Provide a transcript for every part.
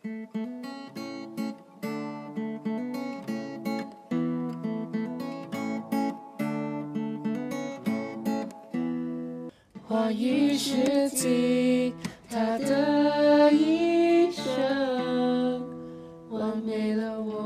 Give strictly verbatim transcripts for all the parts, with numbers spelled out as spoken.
话语是尽他的一生，完美了我。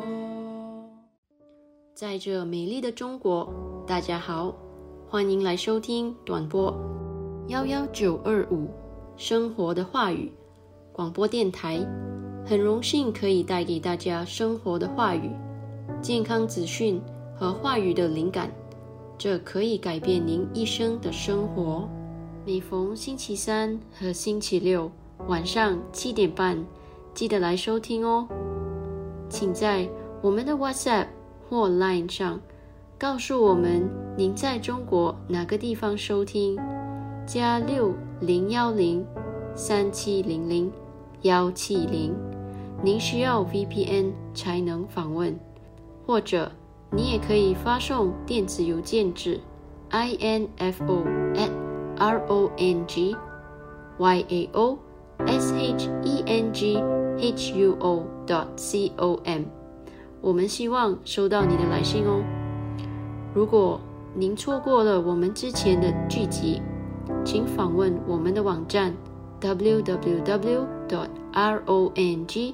在这美丽的中国，大家好，欢迎来收听短波一一九二五生活的话语广播电台。很荣幸可以带给大家生活的话语、健康资讯和话语的灵感，这可以改变您一生的生活。每逢星期三和星期六晚上七点半，记得来收听哦。请在我们的 WhatsApp 或 Line 上告诉我们您在中国哪个地方收听，加六零一零三七零零一七零。您需要 V P N 才能访问，或者你也可以发送电子邮件至 info at rongyaoshenghuo dot com。我们希望收到你的来信哦。如果您错过了我们之前的剧集，请访问我们的网站 double-u double-u double-u dot rongyaoshenghuo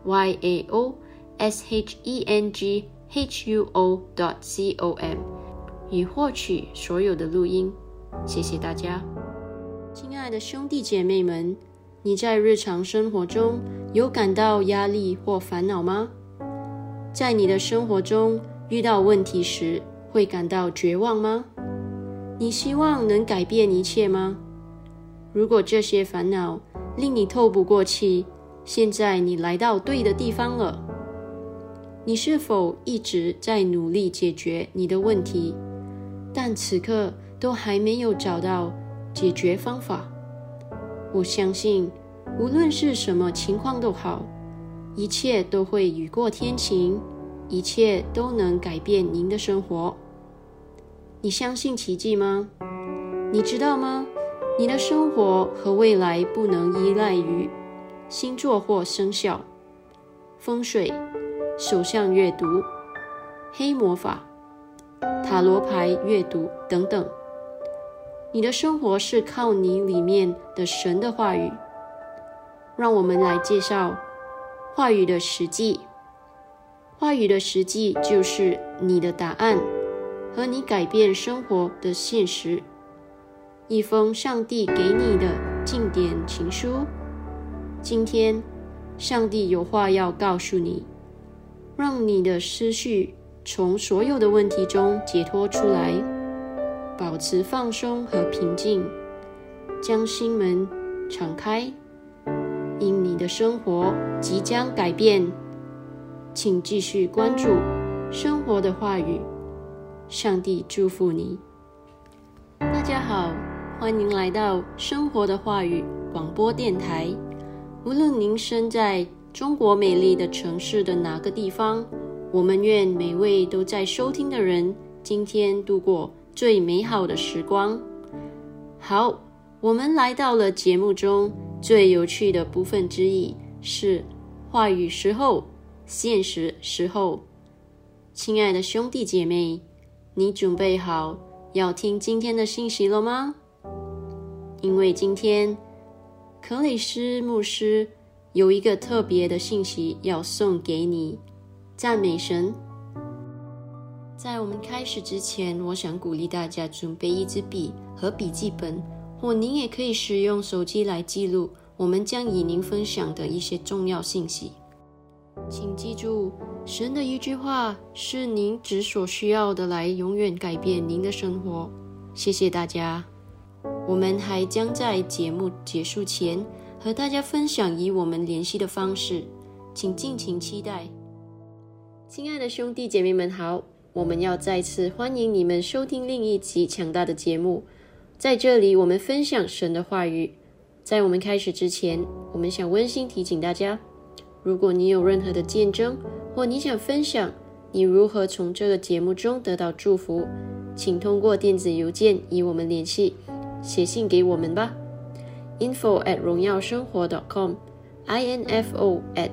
dot com 以获取所有的录音。谢谢大家。亲爱的兄弟姐妹们，你在日常生活中有感到压力或烦恼吗？在你的生活中遇到问题时，会感到绝望吗？你希望能改变一切吗？如果这些烦恼令你透不过气，现在你来到对的地方了。你是否一直在努力解决你的问题，但此刻都还没有找到解决方法？我相信无论是什么情况都好，一切都会雨过天晴，一切都能改变您的生活。你相信奇迹吗？你知道吗？你的生活和未来不能依赖于星座或生肖、风水、手相阅读、黑魔法、塔罗牌阅读等等。你的生活是靠你里面的神的话语。让我们来介绍话语的实际。话语的实际就是你的答案和你改变生活的现实。一封上帝给你的经典情书。今天上帝有话要告诉你，让你的思绪从所有的问题中解脱出来，保持放松和平静，将心门敞开，因你的生活即将改变。请继续关注生活的话语，上帝祝福你。大家好，欢迎来到生活的话语广播电台。无论您身在中国美丽的城市的哪个地方，我们愿每位都在收听的人今天度过最美好的时光。好，我们来到了节目中最有趣的部分之一，是话语时候，现实时候。亲爱的兄弟姐妹，你准备好要听今天的信息了吗？因为今天克里斯牧师有一个特别的信息要送给你。赞美神。在我们开始之前，我想鼓励大家准备一支笔和笔记本，或您也可以使用手机来记录我们将与您分享的一些重要信息。请记住，神的一句话是您只所需要的，来永远改变您的生活。谢谢大家。我们还将在节目结束前和大家分享与我们联系的方式，请敬请期待。亲爱的兄弟姐妹们好，我们要再次欢迎你们收听另一集强大的节目。在这里我们分享神的话语。在我们开始之前，我们想温馨提醒大家，如果你有任何的见证，或你想分享你如何从这个节目中得到祝福，请通过电子邮件与我们联系，写信给我们吧。info at 荣耀生活 dot com info at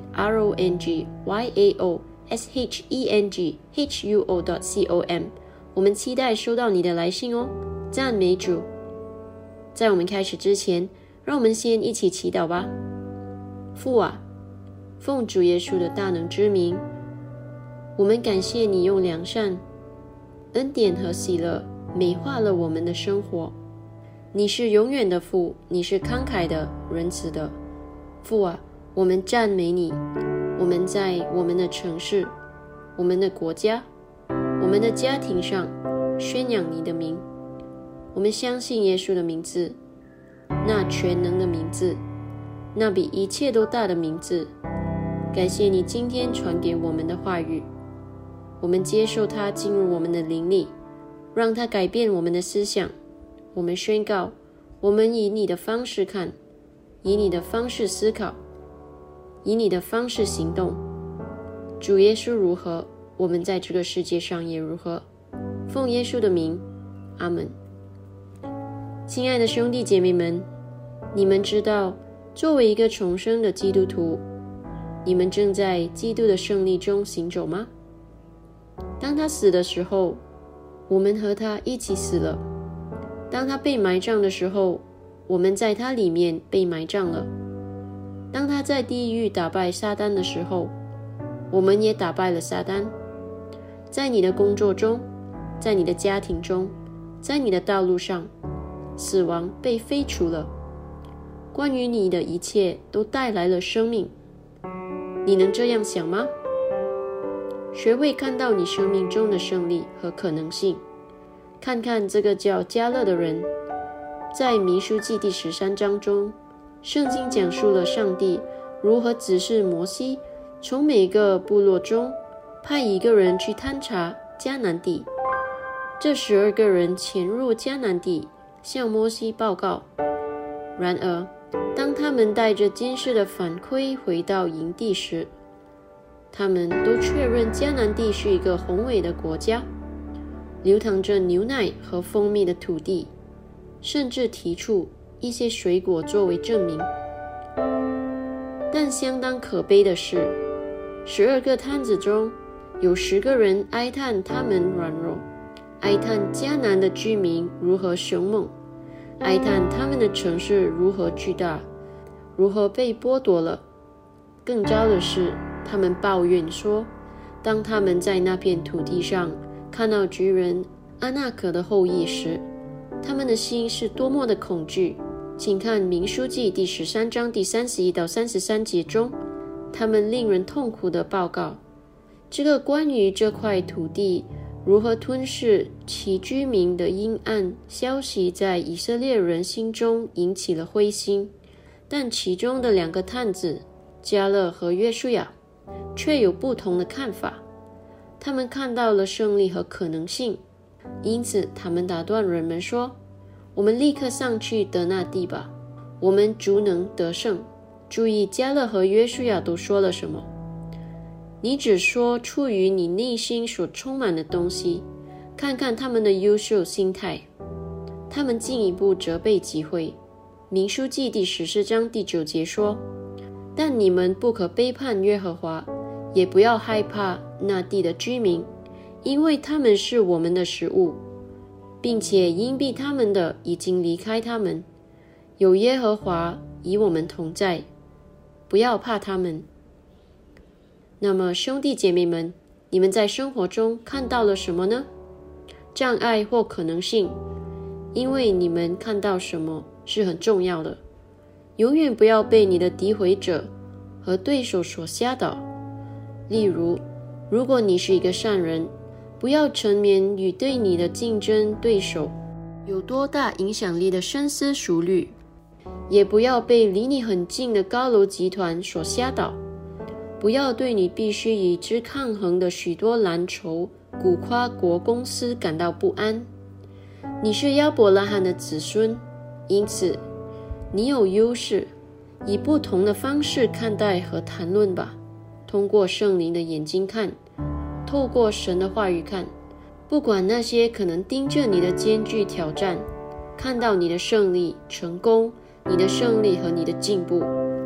rongyao.shenghuo.com， 我们期待收到你的来信哦。赞美主！在我们开始之前，让我们先一起祈祷吧。父啊，奉主耶稣的大能之名，我们感谢你用良善、恩典和喜乐美化了我们的生活。你是永远的父，你是慷慨的、仁慈的。父啊，我们赞美你。我们在我们的城市、我们的国家、我们的家庭上宣扬你的名。我们相信耶稣的名字，那全能的名字，那比一切都大的名字。感谢你今天传给我们的话语，我们接受它进入我们的灵里，让它改变我们的思想。我们宣告，我们以你的方式看，以你的方式思考，以你的方式行动。主耶稣如何，我们在这个世界上也如何。奉耶稣的名，阿们。亲爱的兄弟姐妹们，你们知道，作为一个重生的基督徒，你们正在基督的胜利中行走吗？当他死的时候，我们和他一起死了。当他被埋葬的时候，我们在他里面被埋葬了。当他在地狱打败撒旦的时候，我们也打败了撒旦。在你的工作中，在你的家庭中，在你的道路上，死亡被废除了。关于你的一切都带来了生命。你能这样想吗？学会看到你生命中的胜利和可能性。看看这个叫迦勒的人，在民数记第十三章中，圣经讲述了上帝如何指示摩西从每个部落中派一个人去探查迦南地。这十二个人潜入迦南地，向摩西报告。然而，当他们带着监视的反馈回到营地时，他们都确认迦南地是一个宏伟的国家，流淌着牛奶和蜂蜜的土地，甚至提出一些水果作为证明。但相当可悲的是，十二个探子中有十个人哀叹他们软弱，哀叹迦南的居民如何凶猛，哀叹他们的城市如何巨大，如何被剥夺了。更糟的是，他们抱怨说，当他们在那片土地上看到巨人阿纳可的后裔时，他们的心是多么的恐惧。请看民数记第十三章第三十一到三十三节中，他们令人痛苦的报告。这个关于这块土地如何吞噬其居民的阴暗消息在以色列人心中引起了灰心，但其中的两个探子迦勒和约书亚却有不同的看法。他们看到了胜利和可能性，因此他们打断人们说，我们立刻上去得那地吧，我们足能得胜。注意迦勒和约书亚都说了什么？你只说出于你内心所充满的东西。看看他们的优秀心态。他们进一步责备集会。民数记第十四章第九节说，但你们不可背叛耶和华，也不要害怕那地的居民，因为他们是我们的食物，并且荫蔽他们的已经离开他们。有耶和华与我们同在，不要怕他们。那么兄弟姐妹们，你们在生活中看到了什么呢？障碍或可能性？因为你们看到什么是很重要的。永远不要被你的诋毁者和对手所吓倒。例如，如果你是一个善人，不要沉湎于对你的竞争对手有多大影响力的深思熟虑，也不要被离你很近的高楼集团所吓倒。不要对你必须与之抗衡的许多蓝筹股跨国公司感到不安。你是亚伯拉罕的子孙，因此你有优势。以不同的方式看待和谈论吧，通过圣灵的眼睛看，透过神的话语看，不管那些可能盯着你的艰巨挑战，看到你的胜利、成功，你的胜利和你的进步。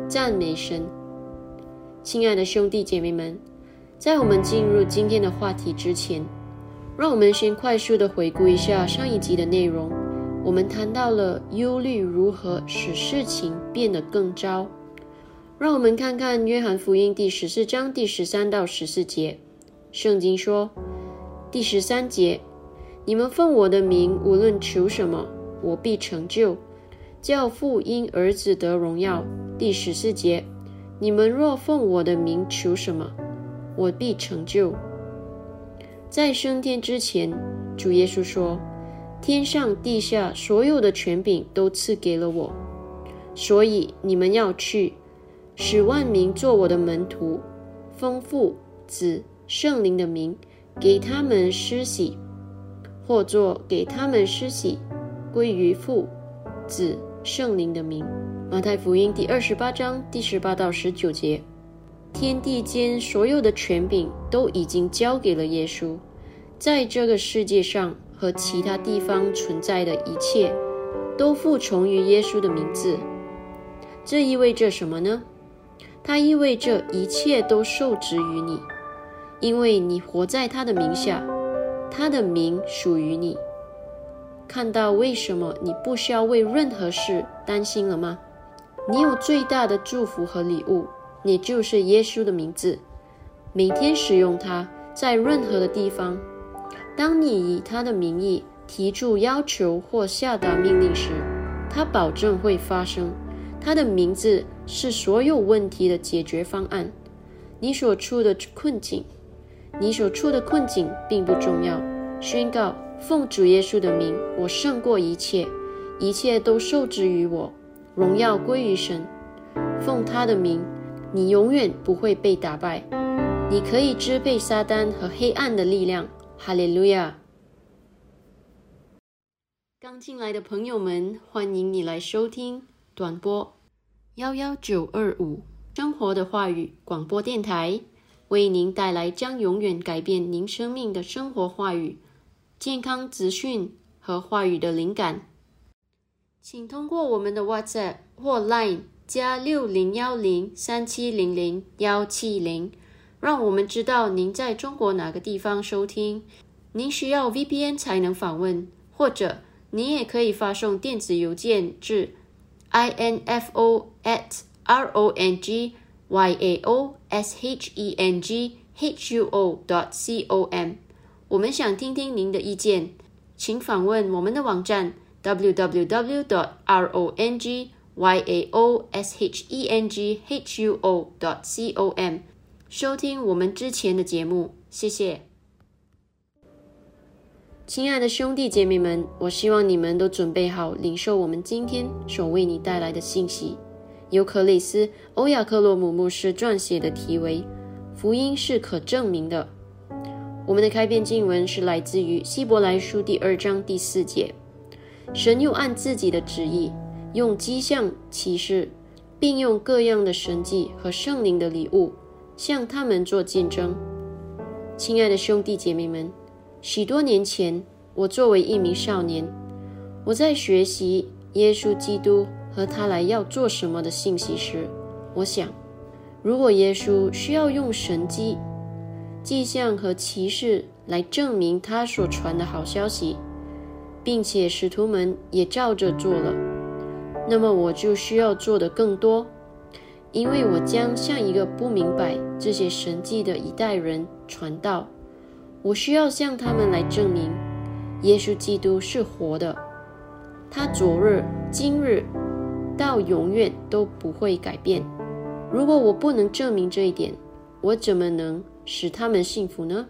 赞美神。亲爱的兄弟姐妹们，在我们进入今天的话题之前，让我们先快速的回顾一下上一集的内容。我们谈到了忧虑如何使事情变得更糟。让我们看看约翰福音第十四章第十三到十四节。圣经说，第十三节，你们奉我的名无论求什么，我必成就，叫父因儿子得荣耀。第十四节，你们若奉我的名求什么，我必成就。在升天之前，主耶稣说，天上地下所有的权柄都赐给了我，所以你们要去，使万民做我的门徒，奉父子圣灵的名给他们施洗，或作给他们施洗归于父子圣灵的名。马太福音第二十八章第十八到十九节，天地间所有的权柄都已经交给了耶稣，在这个世界上和其他地方存在的一切都服从于耶稣的名字。这意味着什么呢？它意味着一切都受制于你，因为你活在他的名下，他的名属于你。看到为什么你不需要为任何事担心了吗？你有最大的祝福和礼物，也就是耶稣的名字。每天使用它，在任何的地方。当你以他的名义提出要求或下达命令时，他保证会发生。他的名字是所有问题的解决方案。你所处的困境，你所处的困境并不重要。宣告，奉主耶稣的名，我胜过一切，一切都受制于我，荣耀归于神。奉他的名，你永远不会被打败。你可以支配撒旦和黑暗的力量。哈利路亚！刚进来的朋友们，欢迎你来收听短波一一九二五生活的话语广播电台，为您带来将永远改变您生命的生活话语、健康资讯和话语的灵感。请通过我们的 WhatsApp 或 Line 加六零一零三七零零一七零，让我们知道您在中国哪个地方收听。您需要 V P N 才能访问，或者您也可以发送电子邮件至 info at rongyao.shenghuo dot com。 我们想听听您的意见，请访问我们的网站 double-u double-u double-u dot rongyao.shenghuo dot com， 收听我们之前的节目。谢谢。亲爱的兄弟姐妹们，我希望你们都准备好领受我们今天所为你带来的信息，由克里斯·欧亚克洛姆牧师撰写的，题为福音是可证明的。我们的开篇经文是来自于希伯来书第二章第四节，神又按自己的旨意，用迹象启示，并用各样的神迹和圣灵的礼物向他们做见证。亲爱的兄弟姐妹们，许多年前，我作为一名少年，我在学习耶稣基督和他来要做什么的信息时，我想，如果耶稣需要用神迹、迹象和奇事来证明他所传的好消息，并且使徒们也照着做了，那么我就需要做的更多，因为我将向一个不明白这些神迹的一代人传道。我需要向他们来证明，耶稣基督是活的，他昨日、今日到永远都不会改变。如果我不能证明这一点，我怎么能使他们幸福呢？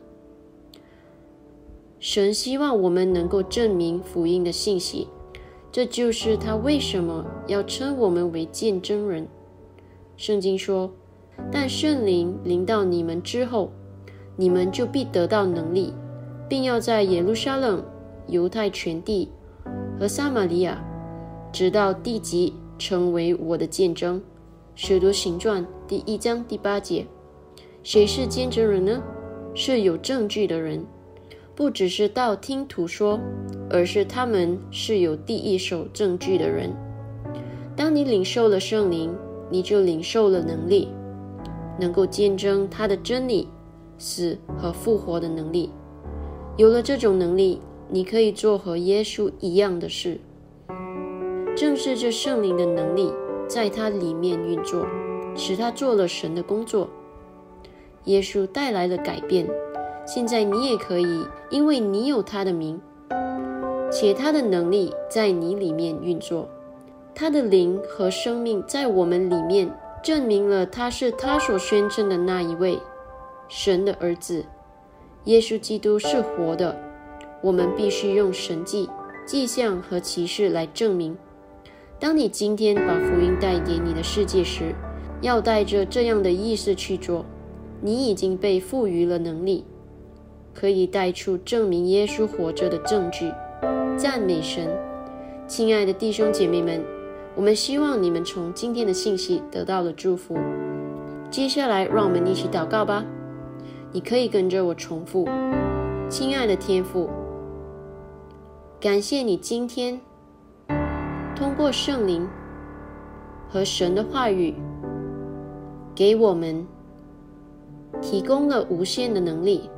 神希望我们能够证明福音的信息，这就是他为什么要称我们为见证人。圣经说，但圣灵临到你们之后，你们就必得到能力，并要在耶路撒冷、犹太全地和撒玛利亚，直到地极，成为我的见证。使徒行传第一章第八节。谁是见证人呢？是有证据的人，不只是道听途说，而是他们是有第一手证据的人。当你领受了圣灵， 你就领受了能力，能够见证他的真理、死和复活的能力。有了这种能力，你可以做和耶稣一样的事。正是这圣灵的能力在他里面运作，使他做了神的工作。耶稣带来了改变，现在你也可以，因为你有他的名，且他的能力在你里面运作。他的灵和生命在我们里面，证明了他是他所宣称的那一位神的儿子。耶稣基督是活的，我们必须用神迹、迹象和奇事来证明。当你今天把福音带给你的世界时，要带着这样的意识去做。你已经被赋予了能力，可以带出证明耶稣活着的证据。赞美神！亲爱的弟兄姐妹们，我们希望你们从今天的信息得到了祝福。接下来让我们一起祷告吧。你可以跟着我重复：亲爱的天父，感谢你今天通过圣灵和神的话语给我们提供了无限的能力。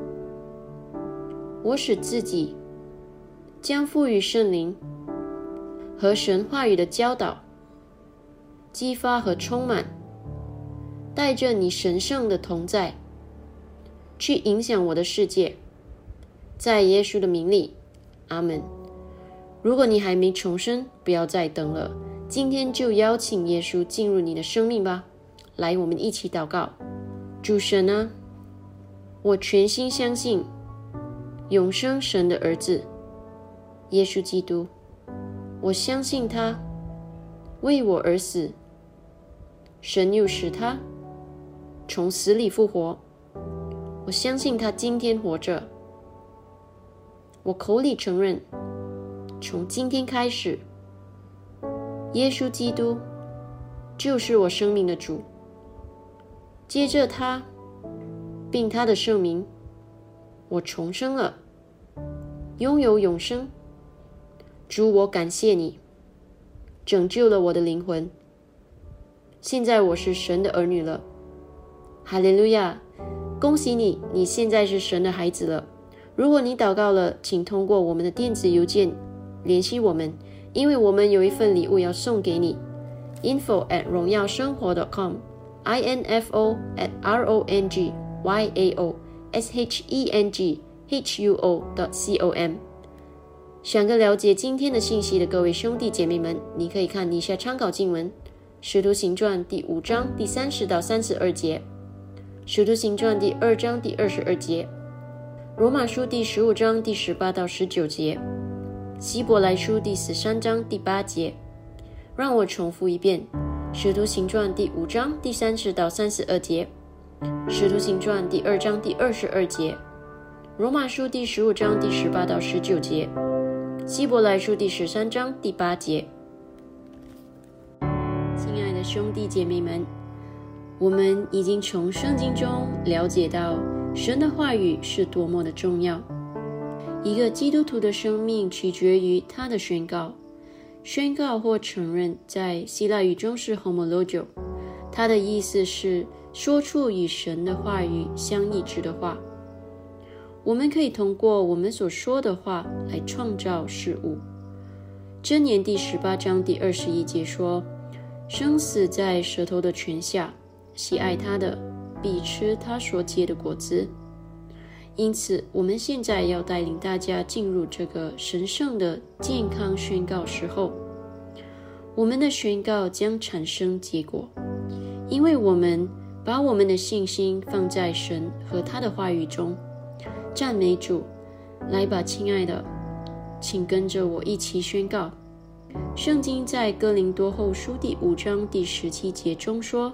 我使自己将赋予圣灵和神话语的教导、激发和充满，带着你神圣的同在，去影响我的世界。在耶稣的名里，阿们。如果你还没重生，不要再等了，今天就邀请耶稣进入你的生命吧。来，我们一起祷告。主神啊，我全心相信永生神的儿子耶稣基督，我相信他为我而死，神又使他从死里复活。我相信他今天活着。我口里承认，从今天开始，耶稣基督就是我生命的主。接着他并他的圣名，我重生了，拥有永生。主，我感谢你拯救了我的灵魂，现在我是神的儿女了。哈利路亚！恭喜你，你现在是神的孩子了。如果你祷告了，请通过我们的电子邮件联系我们，因为我们有一份礼物要送给你。info at 荣耀生活 dot com info at rongyao shenghuo dot com。 想个了解今天的信息的各位兄弟姐妹们，你可以看以下参考经文：使徒行传第五章第三十到三十二节，使徒行传第二章第二十二节，罗马书第十五章第十八到十九节，希伯来书第十三章第八节。让我重复一遍：使徒行传第五章第三十到三十二节，使徒行传第二章第二十二节，罗马书第十五章第十八到十九节，希伯来书第十三章第八节。亲爱的兄弟姐妹们，我们已经从圣经中了解到神的话语是多么的重要。一个基督徒的生命取决于他的宣告。宣告或承认在希腊语中是 homologio， 它的意思是说出与神的话语相一致的话。我们可以通过我们所说的话来创造事物。箴言第十八章第二十一节说：生死在舌头的泉下，喜爱它的必吃它所结的果子。因此我们现在要带领大家进入这个神圣的健康宣告时候。我们的宣告将产生结果，因为我们把我们的信心放在神和他的话语中。赞美主！来吧，亲爱的，请跟着我一起宣告。圣经在哥林多后书第五章第十七节中说：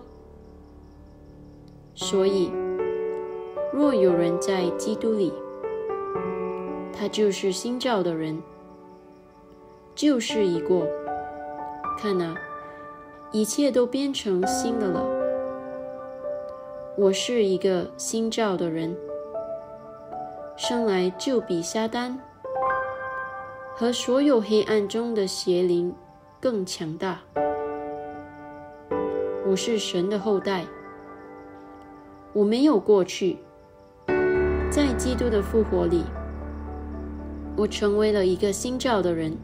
所以若有人在基督里，他就是新造的人，旧事已过，看哪，一切都变成新的了。我是一个新造的人，生来就比撒旦和所有黑暗中的邪灵更强大。 我是神的后代。我没有过去，在基督的复活里，我成为了一个新造的人。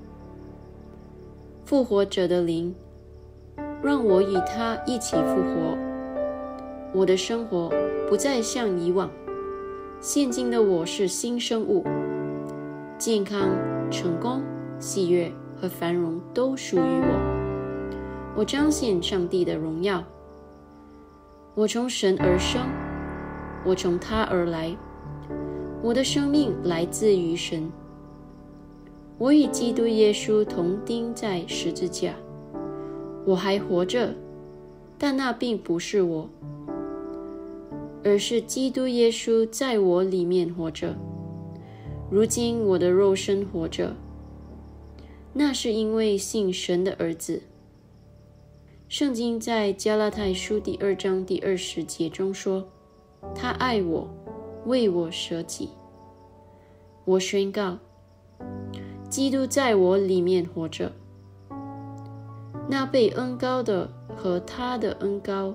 复活者的灵让我与他一起复活，我的生活不再像以往，现今的我是新生物，健康、成功、喜悦和繁荣都属于我。我彰显上帝的荣耀。我从神而生，我从他而来，我的生命来自于神。我与基督耶稣同钉在十字架，我还活着，但那并不是我，而是基督耶稣在我里面活着。如今我的肉身活着，那是因为信神的儿子。圣经在加拉太书第二章第二十节中说，他爱我，为我舍己。我宣告，基督在我里面活着，那被恩膏的和他的恩膏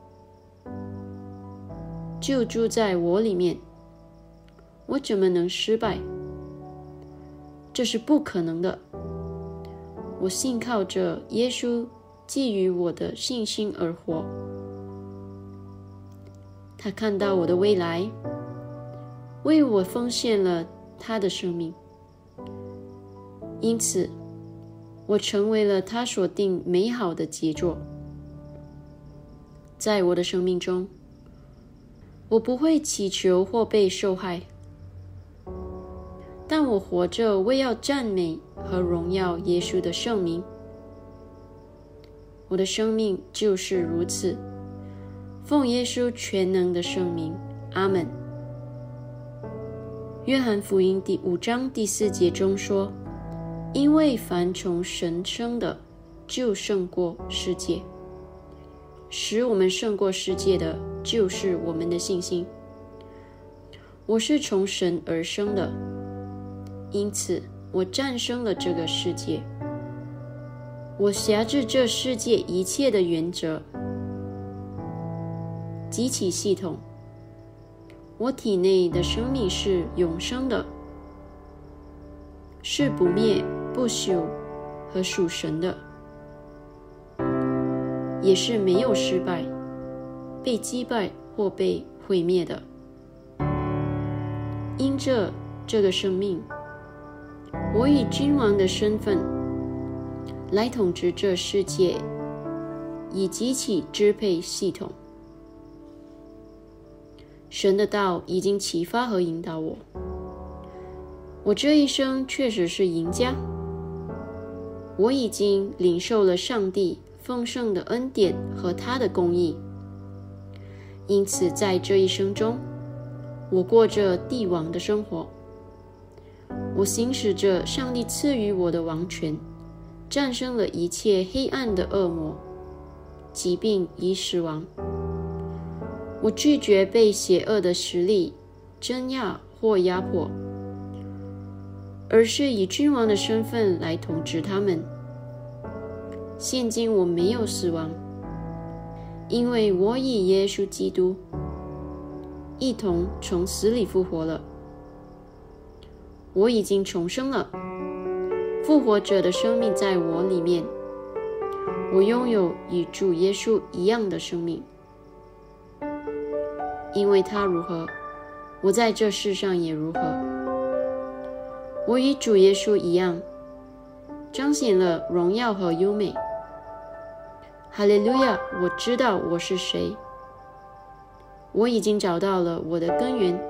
就住在我里面，我怎么能失败？这是不可能的。我信靠着耶稣基于我的信心而活。他看到我的未来，为我奉献了他的生命，因此我成为了他所定美好的杰作。在我的生命中，我不会祈求或被受害，但我活着为要赞美和荣耀耶稣的圣名。我的生命就是如此，奉耶稣全能的圣名，阿们。约翰福音第五章第四节中说，因为凡从神生的，就胜过世界。使我们胜过世界的，就是我们的信心。我是从神而生的，因此我战胜了这个世界。我辖制这世界一切的原则及其系统。我体内的生命是永生的，是不灭、不朽和属神的，也是没有失败、被击败或被毁灭的。因着这个生命，我以君王的身份来统治这世界以及其支配系统。神的道已经启发和引导我，我这一生确实是赢家。我已经领受了上帝丰盛的恩典和他的公义，因此在这一生中，我过着帝王的生活。我行使着上帝赐予我的王权，战胜了一切黑暗的恶魔、疾病与死亡。我拒绝被邪恶的势力镇压或压迫，而是以君王的身份来统治他们。现今我没有死亡，因为我与耶稣基督一同从死里复活了。我已经重生了，复活者的生命在我里面。我拥有与主耶稣一样的生命，因为他如何，我在这世上也如何。我与主耶稣一样，彰显了荣耀和优美。哈利路亚！我知道我是谁，我已经找到了我的根源。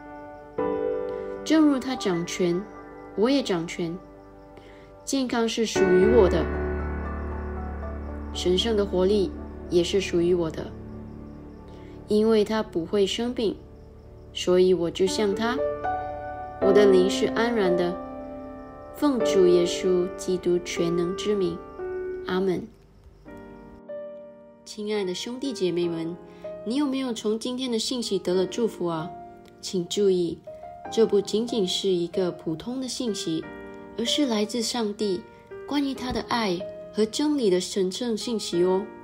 正如他掌权，我也掌权。健康是属于我的，神圣的活力也是属于我的。因为他不会生病，所以我就像他。我的灵是安然的，奉主耶稣基督全能之名，阿们。亲爱的兄弟姐妹们，你有没有从今天的信息得了祝福啊？请注意，这不仅仅是一个普通的信息，而是来自上帝关于他的爱和真理的神圣信息哦。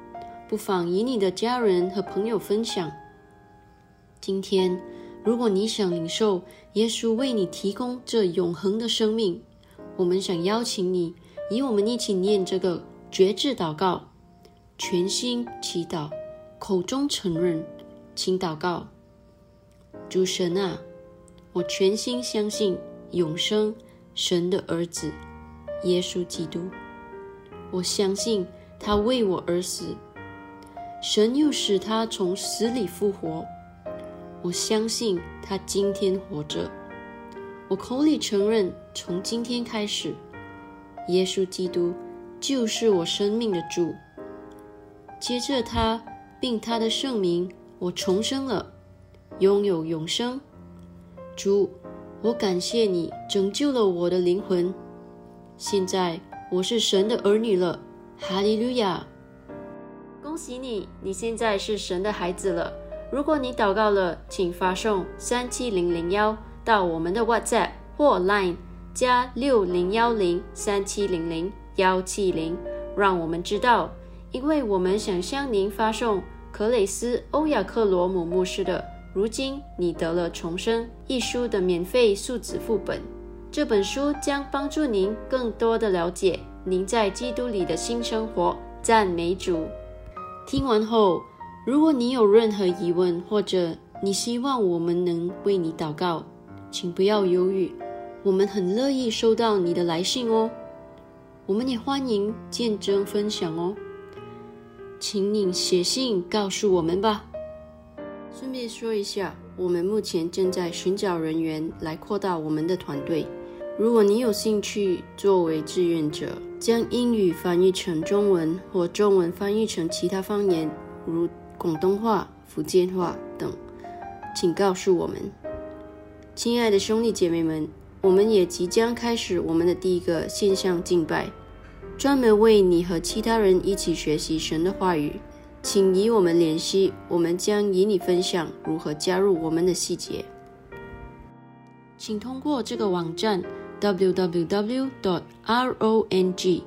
不妨与你的家人和朋友分享。今天，如果你想领受耶稣为你提供这永恒的生命，我们想邀请你与我们一起念这个决志祷告，全心祈祷，口中承认。请祷告：主神啊，我全心相信永生神的儿子耶稣基督，我相信他为我而死，神又使他从死里复活，我相信他今天活着。我口里承认，从今天开始，耶稣基督就是我生命的主。接着他并他的圣名，我重生了，拥有永生。主，我感谢你拯救了我的灵魂，现在我是神的儿女了，哈利路亚！恭喜你，你现在是神的孩子了。如果你祷告了，请发送三七零零一到我们的 WhatsApp 或 Line 加六零一零三七零零一七零，让我们知道，因为我们想向您发送克雷斯欧亚克罗姆牧师的《如今你得了重生》一书的免费数字副本。这本书将帮助您更多的了解您在基督里的新生活。赞美主！听完后，如果你有任何疑问，或者你希望我们能为你祷告，请不要犹豫，我们很乐意收到你的来信哦。我们也欢迎见证分享哦，请你写信告诉我们吧。顺便说一下，我们目前正在寻找人员来扩大我们的团队。如果你有兴趣作为志愿者，将英语翻译成中文或中文翻译成其他方言，如广东话、福建话等，请告诉我们。亲爱的兄弟姐妹们，我们也即将开始我们的第一个线上敬拜，专门为你和其他人一起学习神的话语。请与我们联系，我们将与你分享如何加入我们的细节。请通过这个网站 double-u double-u double-u dot rongayoshenghuo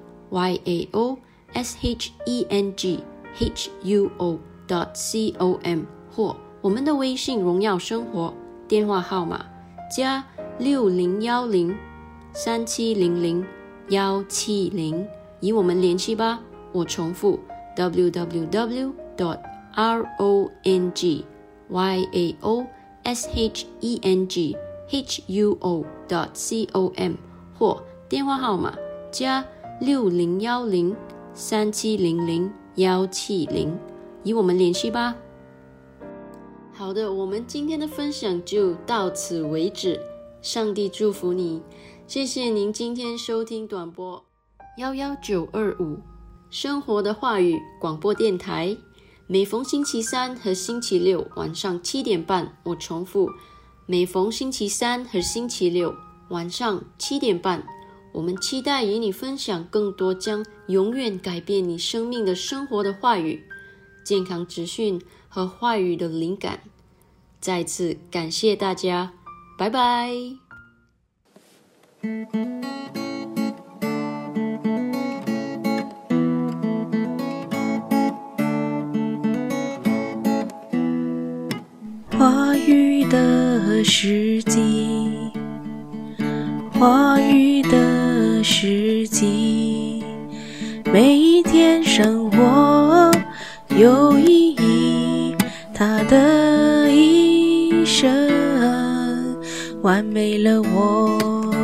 dot com 或我们的微信荣耀生活电话号码加六零一零三七零零一七零，与我们联系吧。我重复 double-u double-u double-u dot rongayoshenghuo dot com 或电话号码加六零一零三七零零一七零，与我们联系吧。好的，我们今天的分享就到此为止。上帝祝福你，谢谢您今天收听短波一一九二五生活的话语广播电台，每逢星期三和星期六晚上七点半，我重复，每逢星期三和星期六晚上七点半，我们期待与你分享更多将永远改变你生命的生活的话语、健康资讯和话语的灵感。再次感谢大家，拜拜。 话语的时机，话语的时机，每一天生活有意义，他的一生完美了我。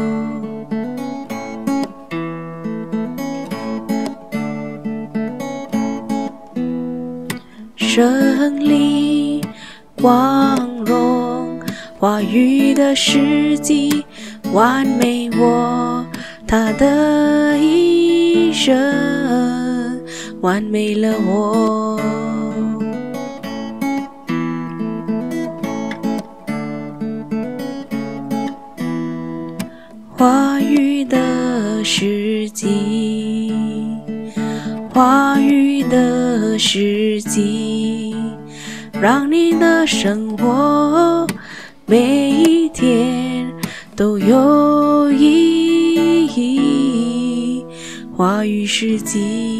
胜利光荣，话语的时机完美我，他的一生完美了我。话语的时机，话语的时机，让你的生活每一天都有意义。话语时机。